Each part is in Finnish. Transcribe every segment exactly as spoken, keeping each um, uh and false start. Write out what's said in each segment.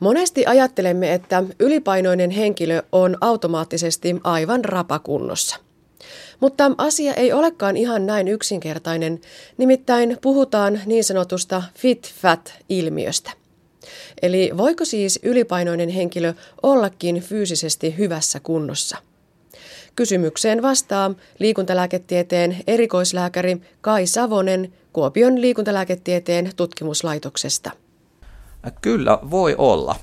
Monesti ajattelemme, että ylipainoinen henkilö on automaattisesti aivan rapakunnossa. Mutta asia ei olekaan ihan näin yksinkertainen, nimittäin puhutaan niin sanotusta fit-fat-ilmiöstä. Eli voiko siis ylipainoinen henkilö ollakin fyysisesti hyvässä kunnossa? Kysymykseen vastaa liikuntalääketieteen erikoislääkäri Kai Savonen Kuopion liikuntalääketieteen tutkimuslaitoksesta. Kyllä voi olla.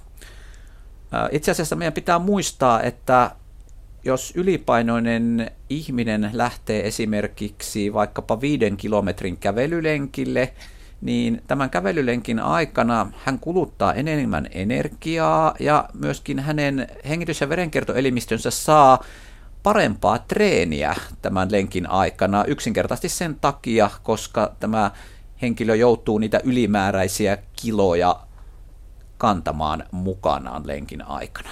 Itse asiassa meidän pitää muistaa, että jos ylipainoinen ihminen lähtee esimerkiksi vaikkapa viiden kilometrin kävelylenkille, niin tämän kävelylenkin aikana hän kuluttaa enemmän energiaa ja myöskin hänen hengitys- ja verenkiertoelimistönsä saa parempaa treeniä tämän lenkin aikana yksinkertaisesti sen takia, koska tämä henkilö joutuu niitä ylimääräisiä kiloja kantamaan mukanaan lenkin aikana.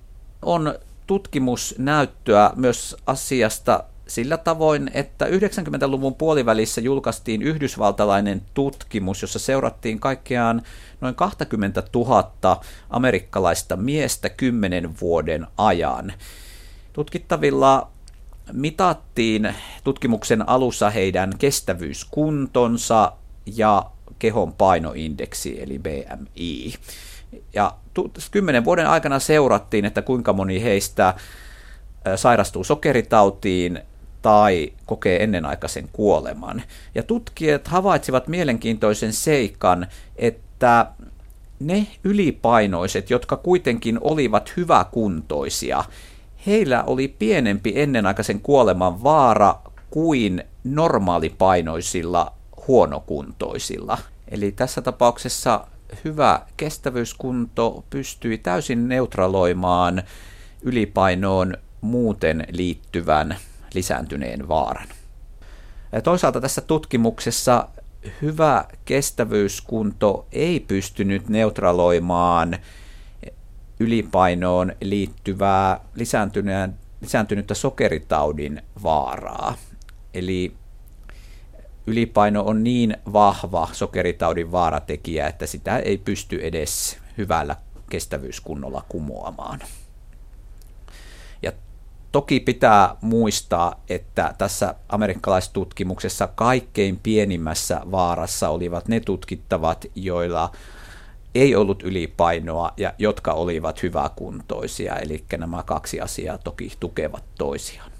On tutkimusnäyttöä myös asiasta sillä tavoin, että yhdeksänkymmentäluvun puolivälissä julkaistiin yhdysvaltalainen tutkimus, jossa seurattiin kaikkiaan noin kaksikymmentätuhatta amerikkalaista miestä kymmenen vuoden ajan. Tutkittavilla mitattiin tutkimuksen alussa heidän kestävyyskuntonsa ja kehon painoindeksi eli B M I. Ja kymmenen vuoden aikana seurattiin, että kuinka moni heistä sairastuu sokeritautiin tai kokee ennenaikaisen kuoleman. Ja tutkijat havaitsivat mielenkiintoisen seikan, että ne ylipainoiset, jotka kuitenkin olivat hyväkuntoisia, heillä oli pienempi ennenaikaisen kuoleman vaara kuin normaalipainoisilla huonokuntoisilla. Eli tässä tapauksessa hyvä kestävyyskunto pystyi täysin neutraloimaan ylipainoon muuten liittyvän lisääntyneen vaaran. Ja toisaalta tässä tutkimuksessa hyvä kestävyyskunto ei pystynyt neutraloimaan ylipainoon liittyvää lisääntynyttä sokeritaudin vaaraa. Eli ylipaino on niin vahva sokeritaudin vaaratekijä, että sitä ei pysty edes hyvällä kestävyyskunnolla kumoamaan. Ja toki pitää muistaa, että tässä amerikkalaistutkimuksessa kaikkein pienimmässä vaarassa olivat ne tutkittavat, joilla ei ollut ylipainoa ja jotka olivat hyväkuntoisia, eli nämä kaksi asiaa toki tukevat toisiaan.